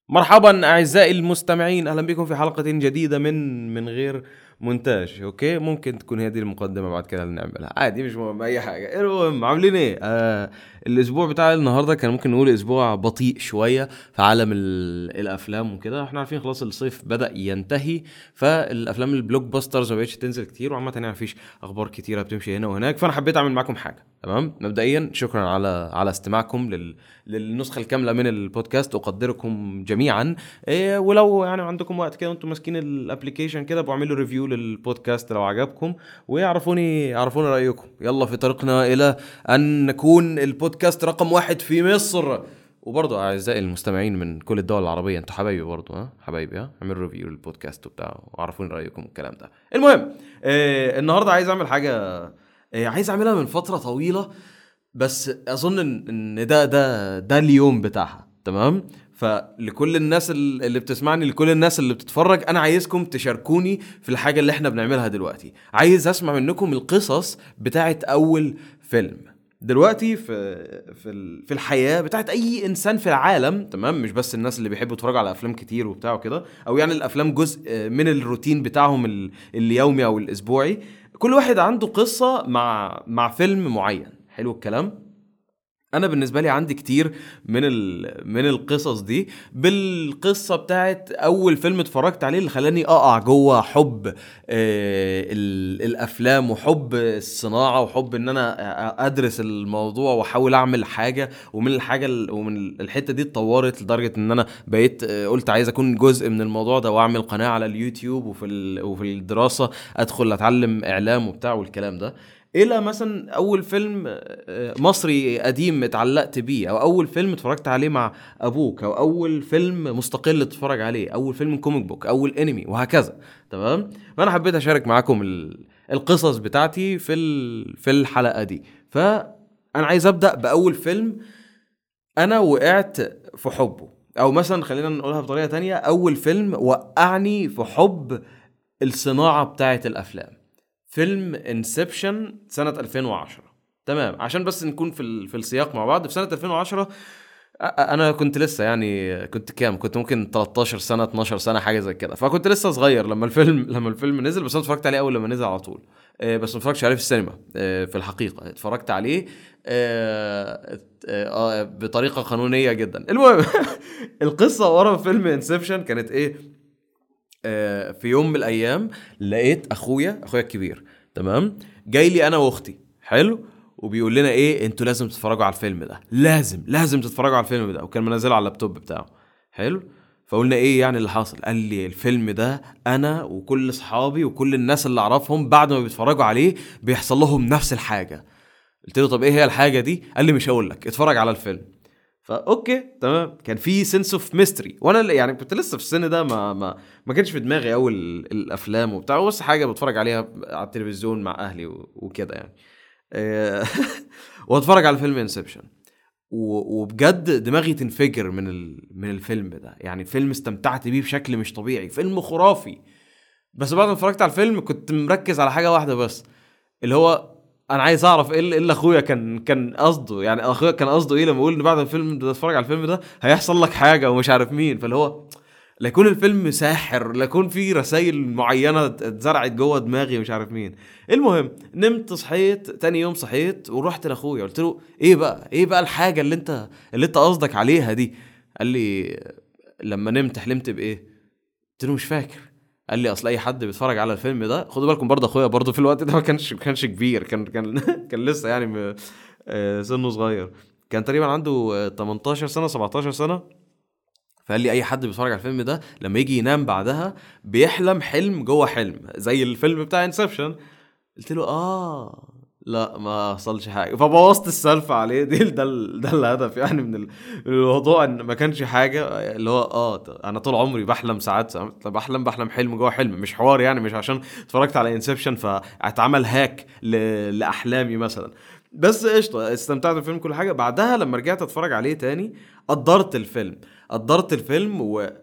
مرحبا أعزائي المستمعين، أهلا بكم في حلقة جديدة من غير مونتاج. أوكي، ممكن تكون هي دي المقدمة، بعد كده نعملها عادي، مش مهم أي حاجة. المهم عاملين إيه؟ الأسبوع بتاع النهاردة كان ممكن نقول أسبوع بطيء شوية في عالم الأفلام وكده. إحنا عارفين خلاص الصيف بدأ ينتهي، فالأفلام البلوك باسترز ما بقتش تنزل كتير، وعامة يعني مفيش أخبار كتيرة بتمشي هنا وهناك. فأنا حبيت أعمل معاكم حاجة. تمام، مبدئيا شكرا على استماعكم للنسخة الكاملة من البودكاست، أقدركم جميعا. ولو يعني عندكم وقت كده وانتم ماسكين الابليكيشن كده، بعملوا ريفيو للبودكاست لو عجبكم، ويعرفوني رأيكم. يلا في طريقنا إلى أن نكون البودكاست رقم 1 في مصر. وبرضه أعزائي المستمعين من كل الدول العربية، انتوا حبايبي برضه، حبايبي، اعملوا ريفيو للبودكاست وبتاع، وعرفوني رأيكم الكلام ده. المهم، النهارده عايز اعمل حاجة، عايز اعملها من فترة طويلة، بس اظن ان ده اليوم بتاعها. تمام، فلكل الناس اللي بتسمعني، لكل الناس اللي بتتفرج، انا عايزكم تشاركوني في الحاجة اللي احنا بنعملها دلوقتي. عايز اسمع منكم القصص بتاعت اول فيلم دلوقتي في الحياة بتاعت اي انسان في العالم. تمام، مش بس الناس اللي بيحبوا يتفرجوا على افلام كتير وبتاع وكده، او يعني الافلام جزء من الروتين بتاعهم اليومي او الاسبوعي. كل واحد عنده قصة مع فيلم معين. حلو الكلام. انا بالنسبه لي عندي كتير من القصص دي، بالقصه بتاعت اول فيلم اتفرجت عليه اللي خلاني اقع جوه حب الافلام، وحب الصناعه، وحب ان انا ادرس الموضوع واحاول اعمل حاجه. ومن ومن الحته دي اتطورت لدرجه ان انا بقيت قلت عايز اكون جزء من الموضوع ده، واعمل قناه على اليوتيوب، وفي الدراسه ادخل اتعلم اعلام وبتاع والكلام ده. الى مثلا اول فيلم مصري قديم اتعلقت بيه، او اول فيلم اتفرجت عليه مع ابوك، او اول فيلم مستقل تتفرج عليه، اول فيلم كوميك بوك، اول انمي، وهكذا. تمام، فانا حبيت اشارك معاكم القصص بتاعتي في الحلقة دي. فانا عايز ابدا باول فيلم انا وقعت في حبه، او مثلا خلينا نقولها بطريقة تانية، اول فيلم وقعني في حب الصناعة بتاعت الافلام. فيلم انسبشن سنة 2010. تمام، عشان بس نكون في السياق مع بعض. في سنة 2010 انا كنت لسه يعني كنت كام، كنت ممكن 13 سنة 12 سنة حاجة زي كده. فكنت لسه صغير لما الفيلم نزل، بس انا اتفرجت عليه اول لما نزل على طول. بس ما اتفرجتش عليه في السينما. في الحقيقة اتفرجت عليه بطريقة قانونية جدا. المهم القصة ورا فيلم انسبشن كانت ايه؟ في يوم من الايام لقيت اخويا الكبير، تمام، جاي لي انا واختي. حلو، وبيقول لنا ايه، انتوا لازم تتفرجوا على الفيلم ده، لازم تتفرجوا على الفيلم ده. وكان منزله على اللابتوب بتاعه. حلو، فقلنا ايه يعني اللي حصل؟ قال لي الفيلم ده انا وكل اصحابي وكل الناس اللي اعرفهم بعد ما بيتفرجوا عليه بيحصل لهم نفس الحاجه. قلت له طب ايه هي الحاجه دي؟ قال لي مش هقول لك، اتفرج على الفيلم. فاوكي تمام، كان في سنس اوف ميستري، وانا يعني كنت لسه في السن ده، ما كانش في دماغي قوي الافلام وبتاع، بس حاجه بتفرج عليها على التلفزيون مع اهلي وكده يعني. آه، واتفرج على فيلم انسبشن، وبجد دماغي تنفجر من الفيلم ده. يعني فيلم استمتعت بيه بشكل مش طبيعي، فيلم خرافي. بس بعد ما اتفرجت على الفيلم كنت مركز على حاجه واحده بس، اللي هو انا عايز اعرف ايه اللي اخويا كان قصده. يعني اخويا كان قصده ايه لما يقول ان بعد الفيلم ده تتفرج على الفيلم ده هيحصل لك حاجه ومش عارف مين. فاللي هو لا يكون الفيلم ساحر، لا يكون فيه رسائل معينه اتزرعت جوه دماغي مش عارف مين. المهم نمت، صحيت تاني يوم، صحيت ورحت لاخويا قلت له ايه بقى الحاجه اللي انت قصدك عليها دي؟ قال لي لما نمت حلمت بايه؟ قلت له مش فاكر. قال لي اصل اي حد بيتفرج على الفيلم ده، خدوا بالكم برضه اخويا برضه في الوقت ده ما كانش كبير، كان كان لسه يعني سنه صغير. كان تقريبا عنده 18 سنه 17 سنه. فقال لي اي حد بيتفرج على الفيلم ده لما يجي ينام بعدها بيحلم حلم جوه حلم زي الفيلم بتاع انسبشن. قلت له لا ما حصلش حاجه. فبوظت السالفه عليه دي. ده الهدف يعني من الموضوع، ان ما كانش حاجه. اللي هو انا طول عمري بحلم ساعات، بحلم حلم جوه حلم، مش حوار يعني، مش عشان اتفرجت على انسبشن فاتعمل هاك لاحلامي مثلا. بس قشطه، استمتعت بالفيلم كل حاجه. بعدها لما رجعت اتفرج عليه تاني قدرت الفيلم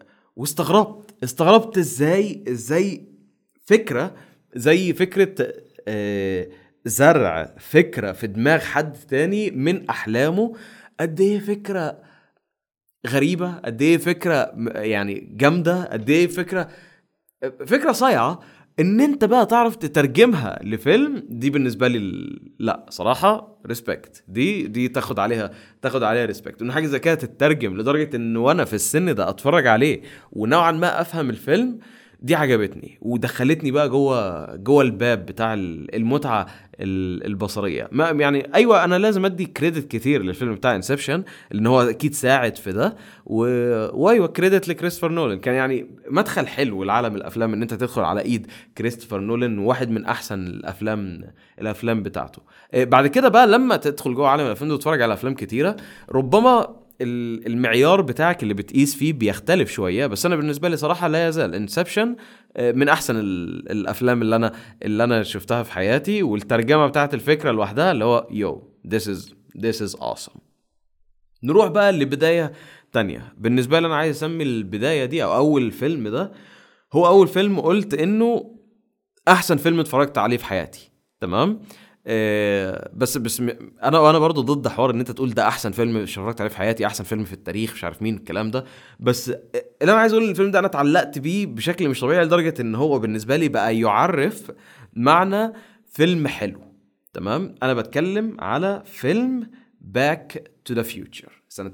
واستغربت ازاي فكره زي فكره آه، زرع فكرة في دماغ حد تاني من أحلامه، قد إيه فكرة غريبه، قد ايه فكره يعني جامده، قد ايه فكره صايعه، ان انت بقى تعرف تترجمها لفيلم. دي بالنسبه لي لا صراحه ريسبكت، دي تاخد عليها ريسبكت، ان حاجه زي كده تترجم لدرجه ان وانا في السن ده اتفرج عليه ونوعا ما افهم الفيلم. دي عجبتني ودخلتني بقى جوه الباب بتاع المتعه البصريه. ما يعني ايوه انا لازم ادي كريدت كتير للفيلم بتاع انسبشن، لان هو اكيد ساعد في ده. وايوه كريدت لكريستوفر نولان، كان يعني مدخل حلو لعالم الافلام ان انت تدخل على ايد كريستوفر نولان، واحد من احسن الافلام بتاعته. بعد كده بقى لما تدخل جوه عالم الافلام وتتفرج على افلام كتيره، ربما المعيار بتاعك اللي بتقيس فيه بيختلف شويه. بس انا بالنسبه لي صراحه لا يزال انسبشن من احسن الافلام اللي انا شفتها في حياتي. والترجمه بتاعت الفكره لوحدها اللي هو this is awesome. نروح بقى لبدايه تانية. بالنسبه لي انا عايز اسمي البدايه دي او اول فيلم ده هو اول فيلم قلت انه احسن فيلم اتفرجت عليه في حياتي. تمام. بس انا برضو ضد حوار ان انت تقول ده احسن فيلم اتفرجت عليه في حياتي، احسن فيلم في التاريخ، مش عارف مين الكلام ده. بس اللي انا عايز اقول الفيلم ده انا اتعلقت بيه بشكل مش طبيعي، لدرجه ان هو بالنسبه لي بقى يعرف معنى فيلم حلو. تمام. انا بتكلم على فيلم باك تو ذا فيوتشر سنة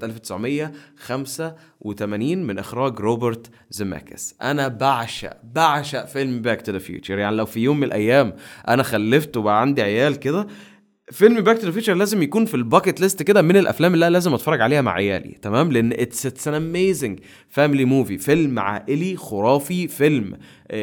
1985 من إخراج روبرت زيماكس. أنا بعشق فيلم باك تو ذا فيوتشر. يعني لو في يوم من الأيام أنا خلفت وبقى عندي عيال كده، فيلم باك تو ذا فيوتشر لازم يكون في الباكت ليست كده من الأفلام اللي لازم أتفرج عليها مع عيالي. تمام. لأن it's an amazing family movie، فيلم عائلي خرافي، فيلم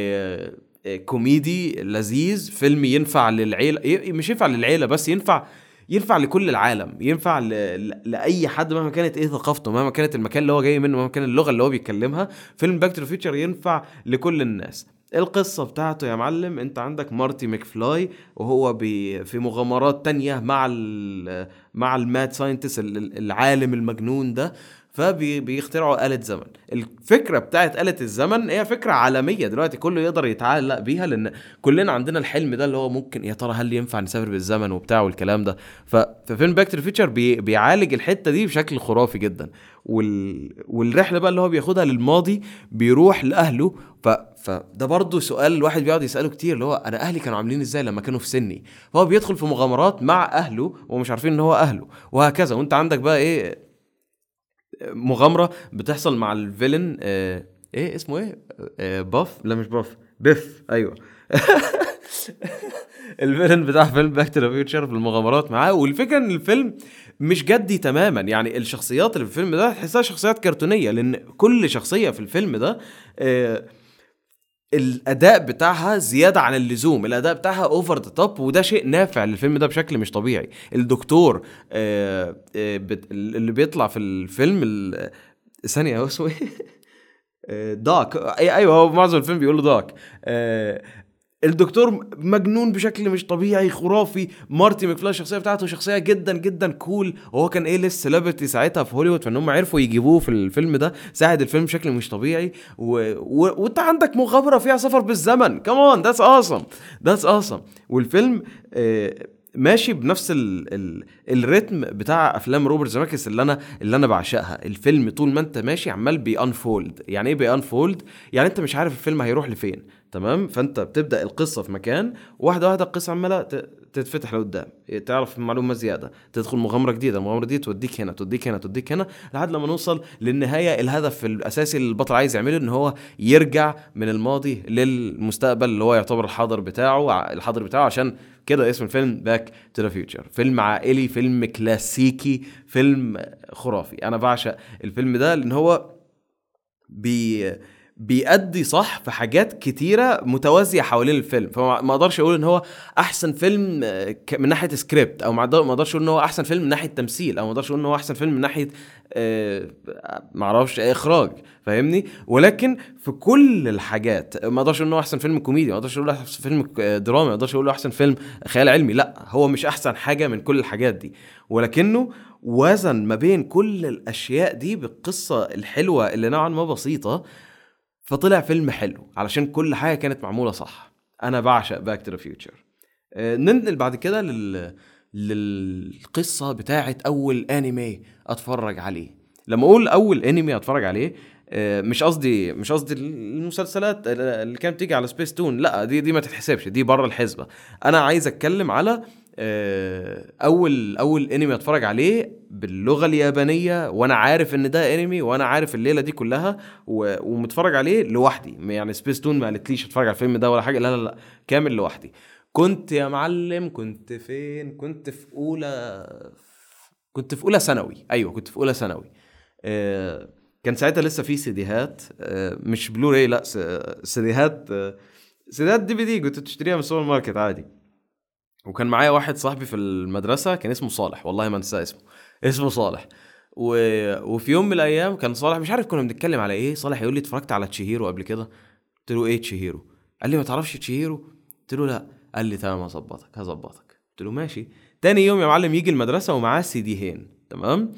كوميدي لذيذ، فيلم ينفع للعيلة، مش ينفع للعيلة بس، ينفع لكل العالم، ينفع لأي حد مهما كانت ايه ثقافته، مهما كانت المكان اللي هو جاي منه، مهما كان اللغة اللي هو بيتكلمها. فيلم باك تو ذا فيوتشر ينفع لكل الناس. القصة بتاعته يا معلم، انت عندك مارتي مكفلاي وهو في مغامرات تانية مع الماد ساينتست، العالم المجنون ده. فبيخترعوا آلة زمن. الفكرة بتاعت آلة الزمن هي فكرة عالمية دلوقتي، كله يقدر يتعلق بيها، لأن كلنا عندنا الحلم ده اللي هو ممكن يا ترى هل ينفع نسافر بالزمن وبتاع والكلام ده. ففيلم باك تو ذا فيوتشر بيعالج الحتة دي بشكل خرافي جدا. والرحلة بقى اللي هو بياخدها للماضي، بيروح لأهله. فده برضو سؤال الواحد بيقعد يسأله كتير، اللي هو أنا أهلي كانوا عاملين إزاي لما كانوا في سني؟ فهو بيدخل في مغامرات مع أهله ومش عارفين إن هو أهله، وهكذا. وأنت عندك بقى إيه، مغامرة بتحصل مع الفيلن ايه اسمه ايه، باف، لا مش باف، بيف، ايوه. الفيلن بتاع فيلم باك تو ذا فيوتشر في المغامرات معاه. والفكره ان الفيلم مش جدي تماما، يعني الشخصيات اللي في الفيلم ده تحسها شخصيات كرتونيه، لان كل شخصيه في الفيلم ده الاداء بتاعها زياده عن اللزوم، الاداء بتاعها اوفر ذا توب، وده شيء نافع للفيلم ده بشكل مش طبيعي. الدكتور اللي بيطلع في الفيلم ثانيه، هو اسمه ايه؟ داك. ايوه هو معظم الفيلم بيقول له داك. الدكتور مجنون بشكل مش طبيعي، خرافي. مارتي مكفلاي الشخصيه بتاعته شخصيه جدا جدا كول، وهو كان ايه لسه سيلبرتي ساعتها في هوليوود، فانهم عرفوا يجيبوه في الفيلم ده، ساعد الفيلم بشكل مش طبيعي. وانت عندك مغامره فيها سفر بالزمن، كمان ذاتس awesome. والفيلم ماشي بنفس الريتم بتاع افلام روبرت زيماكس اللي انا بعشقها. الفيلم طول ما انت ماشي عمال بيانفولد. يعني ايه بيانفولد؟ يعني انت مش عارف الفيلم هيروح لفين. تمام. فانت بتبدا القصه في مكان، واحده واحده القصه عماله تتفتح لقدام، تعرف معلومه زياده، تدخل مغامره جديده، المغامره دي توديك هنا لحد لما نوصل للنهايه. الهدف الاساسي اللي البطل عايز يعمله ان هو يرجع من الماضي للمستقبل، اللي هو يعتبر الحاضر بتاعه عشان كده اسم الفيلم باك تو ذا فيوتشر. فيلم عائلي، فيلم كلاسيكي، فيلم خرافي. انا بعشق الفيلم ده لان هو بيأدي صح في حاجات كتيرة متوازية حوالين الفيلم. فما اقدرش اقول ان هو احسن فيلم من ناحية سكريبت، او ما اقدرش اقول ان هو احسن فيلم من ناحية تمثيل، او ما اقدرش اقول ان هو احسن فيلم من ناحية معرفش اخراج، فاهمني. ولكن في كل الحاجات ما اقدرش اقول ان هو احسن فيلم كوميدي، ما اقدرش اقول احسن فيلم درامي، ما اقدرش اقول احسن فيلم خيال علمي. لا، هو مش احسن حاجة من كل الحاجات دي، ولكنه وزن ما بين كل الاشياء دي بالقصة الحلوة اللي نوعا ما بسيطة. فطلع فيلم حلو علشان كل حاجة كانت معمولة صح. أنا بعشق باك تو ذا فيوتشر. ننقل بعد كده للقصة بتاعت أول أنمي أتفرج عليه. لما اقول اول انمي اتفرج عليه، مش قصدي المسلسلات اللي كانت بتيجي على سبيس تون، لا دي ما تتحسبش، دي بره الحسبه. انا عايز اتكلم على اول انمي اتفرج عليه باللغه اليابانيه، وانا عارف ان ده انمي، وانا عارف الليله دي كلها ومتفرج عليه لوحدي. يعني سبيس تون ما قالتليش اتفرج على الفيلم ده ولا حاجه، لا لا لا، كامل لوحدي. كنت يا معلم، كنت فين؟ كنت في اولى ثانوي. ايوه كنت في اولى ثانوي. كان ساعتها لسه في سيديهات، مش بلوراي، لا سيديهات، سيديهات دي في دي كنت تشتريها من السوبر ماركت عادي. وكان معايا واحد صاحبي في المدرسة كان اسمه صالح، والله ما انسى اسمه صالح. وفي يوم من الايام كان صالح، مش عارف كنا بنتكلم على ايه، صالح يقول لي اتفرجت على تشيهيرو قبل كده؟ قلت له ايه تشيهيرو؟ قال لي ما تعرفش تشيهيرو؟ قلت له لا. قال لي تمام هظبطك. قلت له ماشي. تاني يوم يا معلم يجي المدرسة ومعاه سيديهين، تمام؟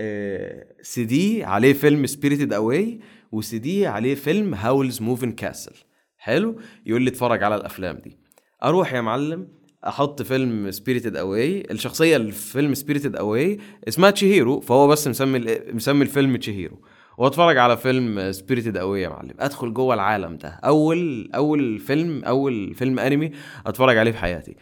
سي دي عليه فيلم سبيريتد اواي، وسي دي عليه فيلم هاولز موفن كاسل. حلو. يقول لي اتفرج على الافلام دي. اروح يا معلم احط فيلم سبيريتد اواي، الشخصيه اللي في فيلم سبيريتد اواي اسمها تشيهيرو، فهو بس مسمي الفيلم تشيهيرو، واتفرج على فيلم سبيريتد اواي يا معلم. ادخل جوه العالم ده، اول فيلم انمي اتفرج عليه في حياتي.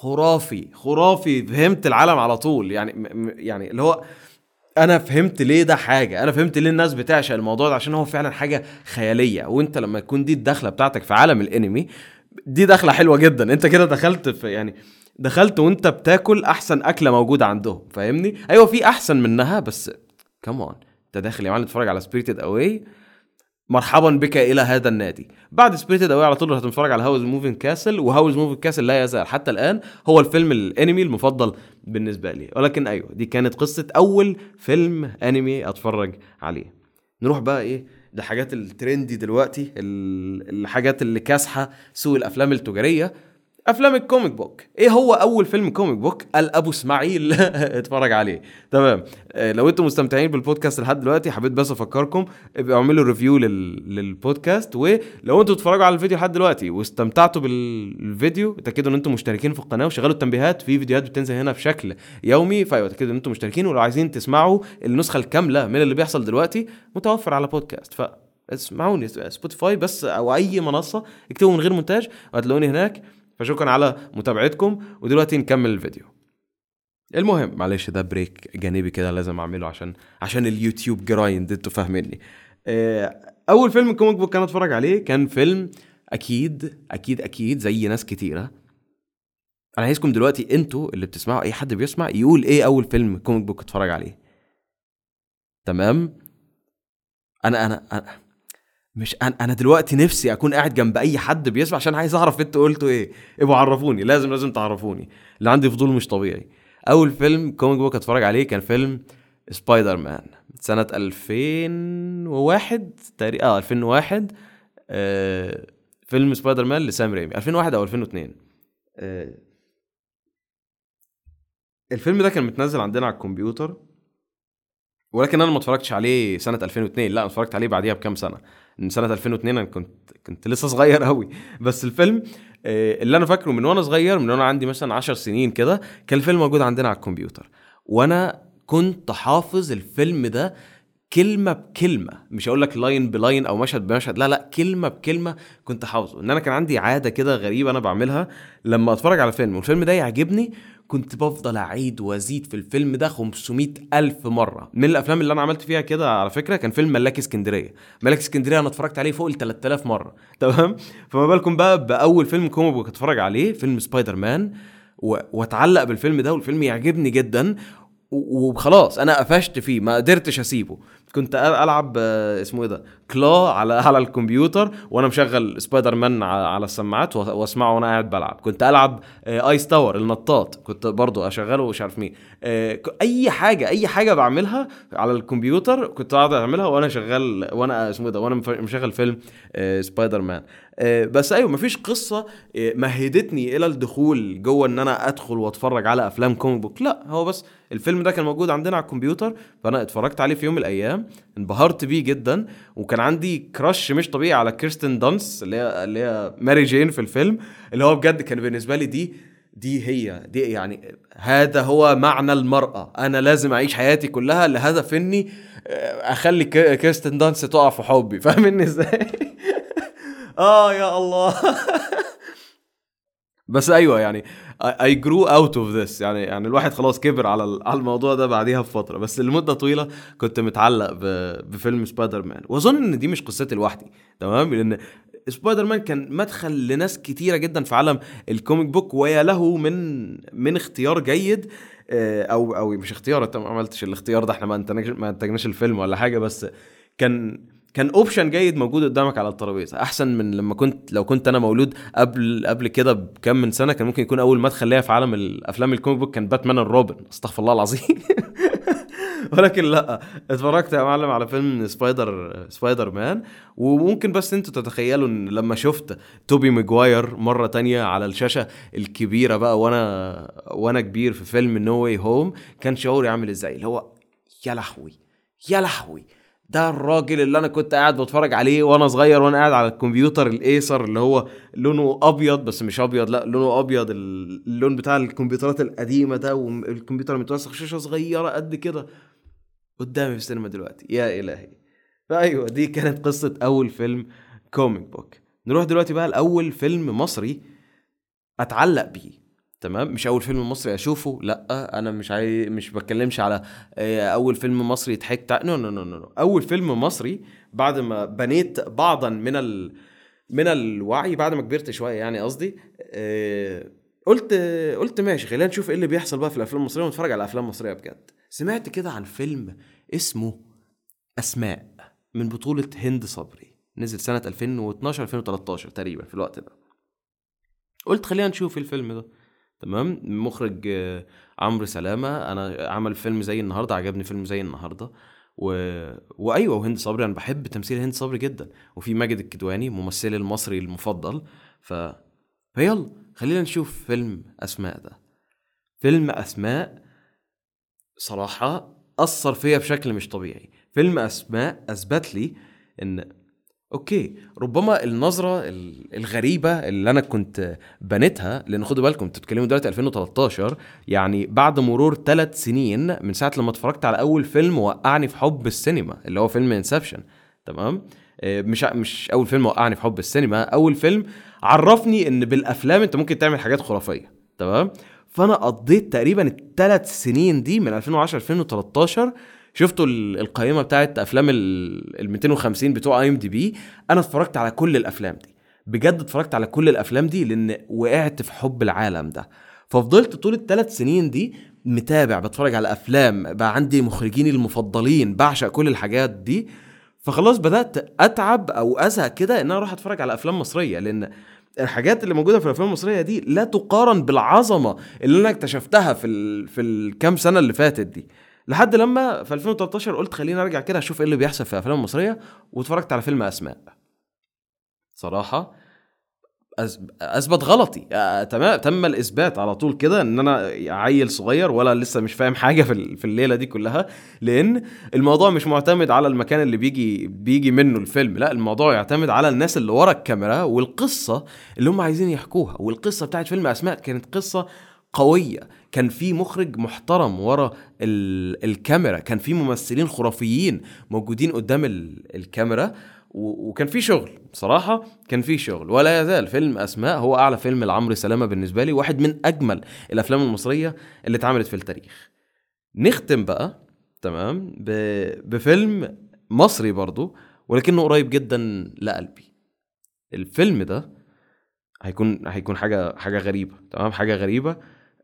خرافي، فهمت العالم على طول. يعني اللي هو انا فهمت ليه ده حاجه، انا فهمت ليه الناس بتعشق الموضوع ده، عشان هو فعلا حاجه خياليه. وانت لما يكون دي الدخله بتاعتك في عالم الانمي، دي دخله حلوه جدا. انت كده دخلت في، يعني دخلت وانت بتاكل احسن اكله موجوده عندهم، فاهمني؟ ايوه في احسن منها، بس كمان انت داخل يا معلم تتفرج على سبيريتد اواي، مرحبا بك الى هذا النادي. بعد سبيريتد اواي على طول هتتفرج على هاوس موفين كاسل، وهاوس موفين كاسل لا يزال حتى الان هو الفيلم الانمي المفضل بالنسبه لي. ولكن ايوه دي كانت قصه اول فيلم انمي اتفرج عليه. نروح بقى ايه ده حاجات الترندي دلوقتي، الحاجات اللي كاسحه سوق الافلام التجاريه، افلام الكوميك بوك. ايه هو اول فيلم كوميك بوك ابو اسماعيل اتفرج عليه؟ تمام. لو انتم مستمتعين بالبودكاست لحد دلوقتي، حبيت بس افكركم ابقوا اعملوا ريفيو للبودكاست. ولو انتم بتتفرجوا على الفيديو لحد دلوقتي واستمتعتوا بالفيديو، اتاكدوا ان انتم مشتركين في القناه وشغلوا التنبيهات، في فيديوهات بتنزل هنا بشكل يومي، فايوه اتاكدوا ان انتم مشتركين. ولو عايزين تسمعوا النسخه الكامله من اللي بيحصل دلوقتي، متوفر على بودكاست، اسمعوني سبوتيفاي بس او اي منصه، اكتبوا من غير مونتاج وهتلاقوني هناك. فشكرا على متابعتكم، ودلوقتي نكمل الفيديو. المهم معلش ده بريك جانبي كده لازم اعمله عشان اليوتيوب جرايند، انتوا فاهميني. اول فيلم كوميك بوك كان اتفرج عليه كان فيلم اكيد زي ناس كتيره. انا عايزكم دلوقتي انتوا اللي بتسمعوا، اي حد بيسمع يقول ايه اول فيلم كوميك بوك اتفرج عليه. تمام. انا مش انا دلوقتي نفسي اكون قاعد جنب اي حد بيسمع، عشان عايز اعرف انتوا قلتوا ايه. ابقوا عرفوني، لازم تعرفوني، اللي عندي فضول مش طبيعي. اول فيلم كوميك بوك اتفرج عليه كان فيلم سبايدر مان سنة 2001 تقريبا. 2001. فيلم سبايدر مان لسام ريمي 2001 او 2002. الفيلم ده كان متنزل عندنا على الكمبيوتر، ولكن انا ما اتفرجتش عليه سنه 2002، لا انا اتفرجت عليه بعديها بكام سنه. من سنه 2002 انا كنت لسه صغير قوي. بس الفيلم اللي انا فاكره من وانا صغير، من وانا عندي مثلا 10 سنين كده، كان الفيلم موجود عندنا على الكمبيوتر، وانا كنت حافظ الفيلم ده كلمه بكلمه. مش هقول لك لاين بلاين او مشهد بمشهد، لا كلمه بكلمه كنت حافظه. ان انا كان عندي عاده كده غريبه انا بعملها، لما اتفرج على فيلم والفيلم ده يعجبني كنت بفضل اعيد وازيد في الفيلم ده 500 الف مره. من الافلام اللي انا عملت فيها كده على فكره كان فيلم ملاك اسكندريه. انا اتفرجت عليه فوق ال 3000 مره. تمام. فما بالكم بقى باول فيلم كوميك بوك اتفرج عليه، فيلم سبايدر مان، واتعلق بالفيلم ده والفيلم يعجبني جدا، وخلاص انا قفشت فيه ما قدرتش اسيبه. كنت العب اسمه ايه ده كلا على الكمبيوتر، وانا مشغل سبايدر مان على السماعات واسمعه وانا قاعد بلعب. كنت العب ايس تاور النطاط، كنت برضو اشغله ومش عارف مين. اي حاجه بعملها على الكمبيوتر كنت قاعد اعملها وانا شغال، وانا اسمه ده وانا مشغل فيلم سبايدر مان. بس ايوه مفيش قصه مهدتني الى الدخول جوه ان انا ادخل واتفرج على افلام كوميك بوك، لا هو بس الفيلم ده كان موجود عندنا على الكمبيوتر، فانا اتفرجت عليه في يوم من الايام، انبهرت بيه جدا. وكان عندي كراش مش طبيعي على كيرستن دانس اللي هي ماري جين في الفيلم، اللي هو بجد كان بالنسبه لي دي دي يعني هذا هو معنى المرأة. انا لازم اعيش حياتي كلها لهدف اني اخلي كيرستن دانست تقع في حبي. فاهمني ازاي؟ يا الله. بس ايوه يعني I grew out of this. يعني الواحد خلاص كبر على الموضوع ده بعديها بفتره، بس لمده طويله كنت متعلق بفيلم سبايدر مان. واظن ان دي مش قصتي لوحدي، تمام، لان سبايدر مان كان مدخل لناس كتيره جدا في عالم الكوميك بوك، ويا له من اختيار جيد. او مش اختيار، انت ما عملتش الاختيار ده، احنا ما انتجناش الفيلم ولا حاجه، بس كان اوبشن جيد موجود قدامك على الترابيزه، احسن من لو كنت انا مولود قبل كده بكم من سنه. كان ممكن يكون اول مدخل ليا في عالم الافلام الكوميك بوك كان باتمان الروبن، استغفر الله العظيم. ولكن لا، اتفرجت يا معلم على فيلم سبايدر مان. وممكن بس انتوا تتخيلوا ان لما شفت توبي ماجواير مره تانية على الشاشه الكبيره بقى، وانا كبير في فيلم نو واي هوم، كان شعوري عامل ازاي؟ اللي هو يا لهوي، يا لهوي، ده الراجل اللي انا كنت قاعد بتفرج عليه وانا صغير، وانا قاعد على الكمبيوتر الايسر اللي هو لونه ابيض، بس مش ابيض، لا لونه ابيض، اللون بتاع الكمبيوترات القديمه ده، والكمبيوتر متوسخ، شاشه صغيره قد كده قدامي في السينما دلوقتي، يا الهي. فايوه دي كانت قصه اول فيلم كوميك بوك. نروح دلوقتي بقى لاول فيلم مصري اتعلق بيه. تمام، مش اول فيلم مصري اشوفه، لا انا مش بتكلمش على اول فيلم مصري ضحكت نو نو نو نو. اول فيلم مصري بعد ما بنيت بعضا من الوعي، بعد ما كبرت شويه يعني قصدي، قلت ماشي، خلينا نشوف ايه اللي بيحصل بقى في الافلام المصريه ونتفرج على افلام مصريه بجد. سمعت كده عن فيلم اسمه اسماء، من بطوله هند صبري، نزل سنه 2012 2013 تقريبا في الوقت ده. قلت خلينا نشوف الفيلم ده. تمام، مخرج عمرو سلامة. انا عمل فيلم زي النهارده، عجبني فيلم زي النهارده. و... وايوه، وهند صبري انا بحب تمثيل هند صبري جدا، وفي ماجد الكدواني ممثلي المصري المفضل. ف... فيلا خلينا نشوف فيلم اسماء ده. فيلم اسماء صراحة اثر فيا بشكل مش طبيعي. فيلم اسماء اثبت لي ان اوكي، ربما النظرة الغريبة اللي انا كنت بنيتها، لان خدوا بالكم انتوا بتتكلموا دلوقتي 2013، يعني بعد مرور 3 سنين من ساعة لما اتفرجت على اول فيلم وقعني في حب السينما، اللي هو فيلم انسبشن. تمام، مش اول فيلم وقعني في حب السينما، اول فيلم عرفني ان بالافلام انت ممكن تعمل حاجات خرافية. تمام، فانا قضيت تقريبا الثلاث سنين دي من 2010 2013. شفتوا القائمه بتاعت افلام ال 250 بتوع اي ام دي بي، انا اتفرجت على كل الافلام دي، بجد اتفرجت على كل الافلام دي، لان وقعت في حب العالم ده. ففضلت طول الثلاث سنين دي متابع، بتفرج على افلام، بقى عندي مخرجين المفضلين، بعشق كل الحاجات دي. فخلاص بدات اتعب او ازهق كده ان انا اروح اتفرج على افلام مصريه، لان الحاجات اللي موجوده في الافلام المصريه دي لا تقارن بالعظمه اللي انا اكتشفتها في الكام سنه اللي فاتت دي. لحد لما في 2013 قلت خليني ارجع كده اشوف ايه اللي بيحصل في الافلام المصريه، واتفرجت على فيلم اسماء. صراحه اثبت غلطي. تم الاثبات على طول كده ان انا عيل صغير ولا لسه مش فاهم حاجه في الليله دي كلها. لان الموضوع مش معتمد على المكان اللي بيجي منه الفيلم، لا الموضوع يعتمد على الناس اللي ورا الكاميرا والقصه اللي هم عايزين يحكوها. والقصه بتاعت فيلم اسماء كانت قصه قويه، كان في مخرج محترم ورا الكاميرا، كان في ممثلين خرافيين موجودين قدام الكاميرا، وكان في شغل. بصراحة كان في شغل، ولا يزال فيلم أسماء هو أعلى فيلم لعمرو سلامة بالنسبة لي، واحد من أجمل الأفلام المصرية اللي اتعملت في التاريخ. نختم بقى تمام بفيلم مصري برضو، ولكنه قريب جدا لقلبي. الفيلم ده هيكون حاجة غريبة، تمام، حاجة غريبة.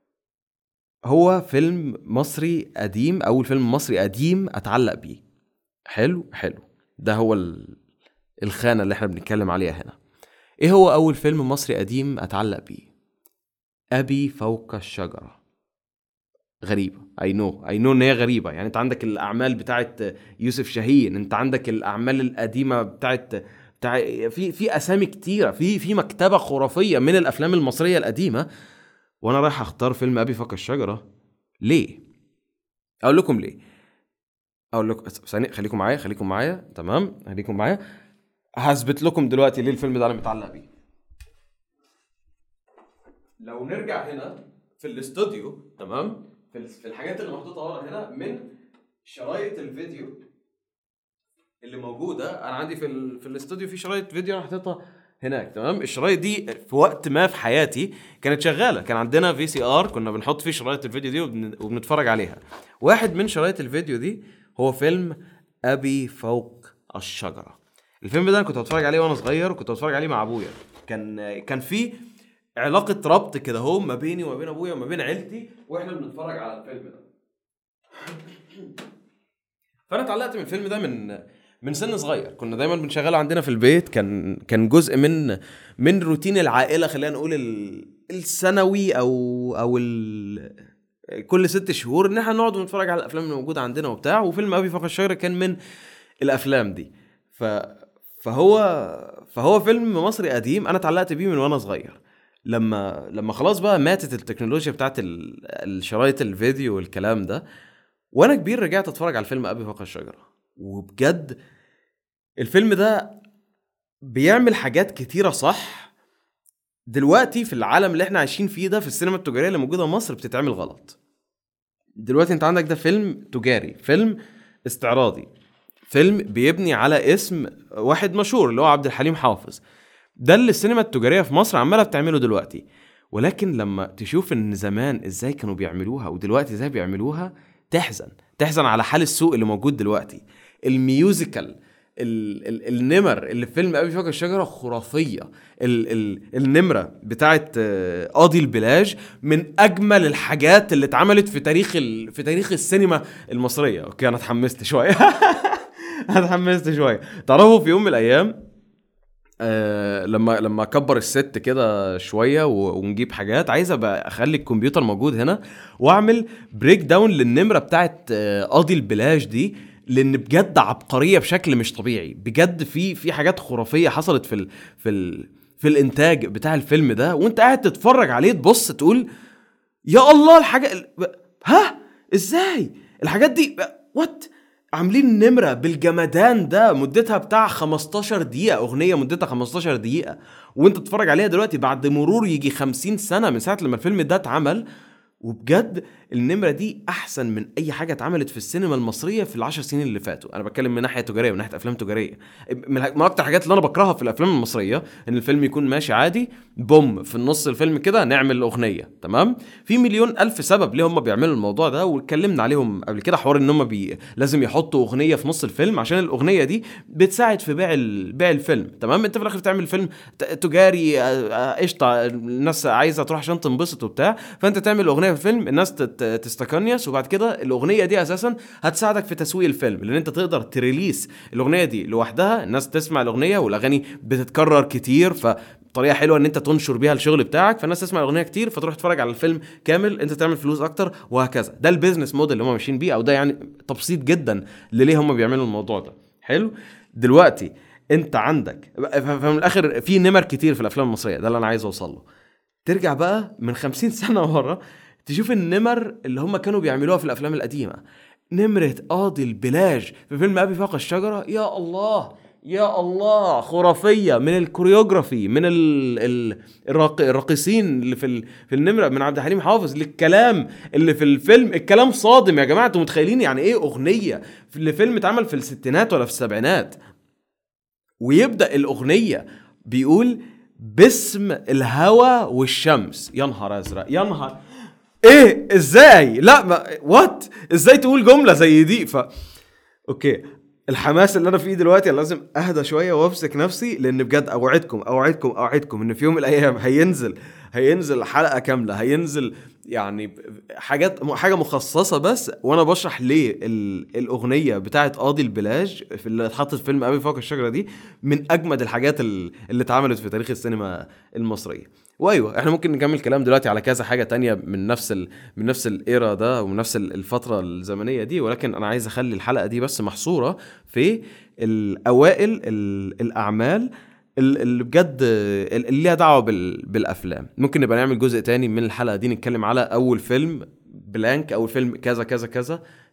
هو فيلم مصري قديم، أول فيلم مصري قديم أتعلق بيه. حلو حلو، ده هو الخانة اللي احنا بنتكلم عليها هنا. ايه هو اول فيلم مصري قديم اتعلق بيه؟ ابي فوق الشجرة. غريبة، اي نو ان هي غريبة. يعني انت عندك الاعمال بتاعت يوسف شاهين، انت عندك الاعمال القديمة بتاع في اسامي كتيرة، في مكتبة خرافية من الافلام المصرية القديمة، وانا رايح اختار فيلم ابي فوق الشجرة. ليه؟ اقول لكم ليه. اقول لكم ثانية، خليكم معايا تمام، خليكم معايا، هثبت لكم دلوقتي ليه الفيلم ده انا متعلق بيه. لو نرجع هنا في الاستوديو، تمام، في الحاجات اللي محطوطه ورا هنا من شرايط الفيديو اللي موجوده، انا عندي في الاستوديو في شرايط فيديو انا حاططها هناك، تمام. الشرايط دي في وقت ما في حياتي كانت شغاله، كان عندنا VCR كنا بنحط فيه شرايط الفيديو دي وبنتفرج عليها. واحد من شرايط الفيديو دي هو فيلم أبي فوق الشجرة. الفيلم ده انا كنت بتفرج عليه وانا صغير، وكنت بتفرج عليه مع ابويا. كان في علاقه ربط كده هو ما بيني وما بين ابويا وما بين عيلتي واحنا بنتفرج على الفيلم ده. فانا اتعلقت من الفيلم ده من سن صغير. كنا دايما بنشغله عندنا في البيت، كان جزء من روتين العائله، خلينا نقول السنوي او كل 6 شهور ان احنا نقعد ونتفرج على الافلام اللي موجوده عندنا وبتاع. وفيلم ابي فوق الشجره كان من الافلام دي. فهو فيلم مصري قديم انا اتعلقت بيه من وانا صغير. لما خلاص بقى ماتت التكنولوجيا بتاعت الشرايط الفيديو والكلام ده، وانا كبير رجعت اتفرج على الفيلم ابي فوق الشجره. وبجد الفيلم ده بيعمل حاجات كتيره صح دلوقتي في العالم اللي احنا عايشين فيه ده، في السينما التجاريه اللي موجوده في مصر بتتعمل غلط. دلوقتي انت عندك ده فيلم تجاري، فيلم استعراضي، فيلم بيبني على اسم واحد مشهور اللي هو عبد الحليم حافظ. ده اللي السينما التجاريه في مصر عماله بتعمله دلوقتي. ولكن لما تشوف ان زمان ازاي كانوا بيعملوها ودلوقتي ازاي بيعملوها، تحزن على حال السوق اللي موجود دلوقتي. الميوزيكال، النمر اللي في فيلم أبي فوق الشجرة خرافية. النمرة بتاعت قاضي البلاج من أجمل الحاجات اللي اتعملت في تاريخ السينما المصرية. أوكي أنا اتحمست شوية تعرفوا في يوم من الأيام لما اكبر الست كده شويه ونجيب حاجات، عايز ابقى اخلي الكمبيوتر موجود هنا واعمل بريك داون للنمره بتاعت قاضي البلاج دي، لان بجد عبقريه بشكل مش طبيعي. بجد في حاجات خرافيه حصلت في الانتاج بتاع الفيلم ده، وانت قاعد تتفرج عليه تبص تقول يا الله الحاجه، ازاي الحاجات دي وات عاملين نمرة بالجمدان ده مدتها بتاع 15 دقيقة، أغنية مدتها 15 دقيقة، وانت تتفرج عليها دلوقتي بعد مرور يجي 50 سنة من ساعة لما الفيلم ده اتعمل. وبجد النمرة دي أحسن من أي حاجة اتعملت في السينما المصرية في ال10 سنين اللي فاتوا. أنا بتكلم من ناحية تجارية، من ناحية أفلام تجارية. من أكتر الحاجات اللي أنا بكرهها في الأفلام المصرية إن الفيلم يكون ماشي عادي، بوم في النص الفيلم كده نعمل أغنية، تمام. في مليون ألف سبب ليه هم بيعملوا الموضوع ده، واتكلمنا عليهم قبل كده. حوار إن هم لازم يحطوا أغنية في نص الفيلم عشان الأغنية دي بتساعد في بيع الفيلم، تمام. أنت في الآخر تعمل فيلم تجاري قشطة، الناس عايزة تروح عشان تنبسط وبتاع، فأنت تعمل أغنية في الفيلم الناس تستكنيس، وبعد كده الاغنيه دي اساسا هتساعدك في تسويق الفيلم، لان انت تقدر تريليس الاغنيه دي لوحدها، الناس تسمع الاغنيه، والاغاني بتتكرر كتير، فطريقه حلوه ان انت تنشر بيها الشغل بتاعك، فالناس تسمع الاغنيه كتير فتروح تتفرج على الفيلم كامل، انت تعمل فلوس اكتر، وهكذا. ده البيزنس موديل اللي هم ماشيين بيه، او ده يعني تبسيط جدا ليه هم بيعملوا الموضوع ده. حلو. دلوقتي انت عندك فمن الاخر في نمر كتير في الافلام المصريه، ده اللي انا عايز اوصل له. ترجع بقى من 50 سنه ورا تشوف النمر اللي هم كانوا بيعملوها في الافلام القديمه. نمره قاضي البلاج في فيلم ابي فوق الشجره، يا الله يا الله، خرافيه. من الكوريوغرافي، من الراقصين اللي في النمره، من عبد الحليم حافظ، للكلام اللي في الفيلم. الكلام صادم يا جماعه، انتوا متخيلين يعني ايه اغنيه في فيلم اتعمل في الستينات ولا في السبعينات، ويبدا الاغنيه بيقول باسم الهوى والشمس. يا نهار ازرق، يا نهار ايه، ازاي؟ لا ما وات، ازاي تقول جمله زي دي؟ اوكي، الحماس اللي انا فيه دلوقتي لازم اهدى شويه وامسك نفسي، لان بجد اوعدكم ان في يوم من الايام هينزل حلقه كامله، هينزل يعني حاجه مخصصه بس وانا بشرح ليه الاغنيه بتاعت قاضي البلاج في اللي اتحطت في فيلم ابي فوق الشجره دي من اجمد الحاجات اللي اتعملت في تاريخ السينما المصريه. وايوه احنا ممكن نكمل كلام دلوقتي على كذا حاجه تانية من نفس الايرا ده ومن نفس الفتره الزمنيه دي، ولكن انا عايز اخلي الحلقه دي بس محصوره في الاوائل الاعمال اللي بجد اللي ليها دعوه بالافلام. ممكن نبقى نعمل جزء تاني من الحلقه دي نتكلم على اول فيلم بلانك، اول فيلم كذا كذا كذا،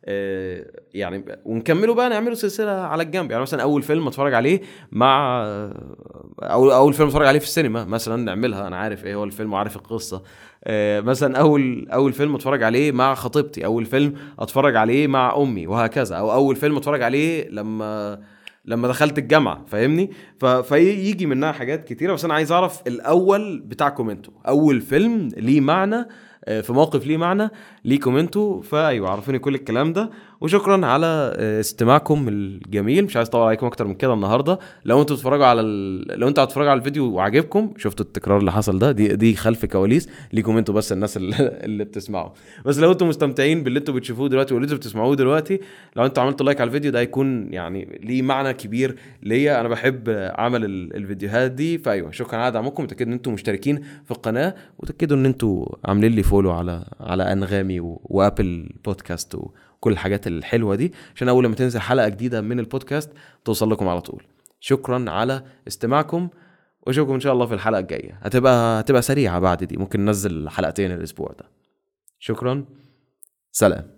يعني ونكملوا بقى نعملوا سلسله على الجنب. يعني مثلا اول فيلم اتفرج عليه مع اول فيلم اتفرج عليه في السينما مثلا نعملها، انا عارف ايه هو الفيلم وعارف القصه. مثلا اول فيلم اتفرج عليه مع خطيبتي، اول فيلم اتفرج عليه مع امي، وهكذا. او اول فيلم اتفرج عليه لما دخلت الجامعه، فاهمني؟ فيجي منها حاجات كتيره. بس انا عايز اعرف الاول بتاعكم انتوا، اول فيلم ليه معنى في موقف ليه معنى ليكم انتوا. فايوه عرفوني كل الكلام ده. وشكرا على استماعكم الجميل. مش عايز اطول عليكم اكتر من كده النهارده. لو انتوا بتتفرجوا على لو انتوا هتتفرجوا على الفيديو وعجبكم، شفتوا التكرار اللي حصل ده، دي خلف كواليس ليكم انتوا بس، الناس اللي بتسمعوا. بس لو انتوا مستمتعين باللي انتوا بتشوفوه دلوقتي واللي انتوا بتسمعوه دلوقتي، لو انتوا عملتوا لايك على الفيديو ده هيكون يعني ليه معنى كبير ليا. انا بحب عمل الفيديوهات دي. فايوه شكرا على دعمكم. متاكد ان انتوا مشتركين في القناه، وتاكدوا ان انتوا عاملين لي فولو على انغامي وابل بودكاست وكل الحاجات الحلوه دي، عشان اول ما تنزل حلقه جديده من البودكاست توصل لكم على طول. شكرا على استماعكم، واشوفكم ان شاء الله في الحلقه الجايه. هتبقى سريعه بعد دي، ممكن ننزل حلقتين الاسبوع ده. شكرا، سلام.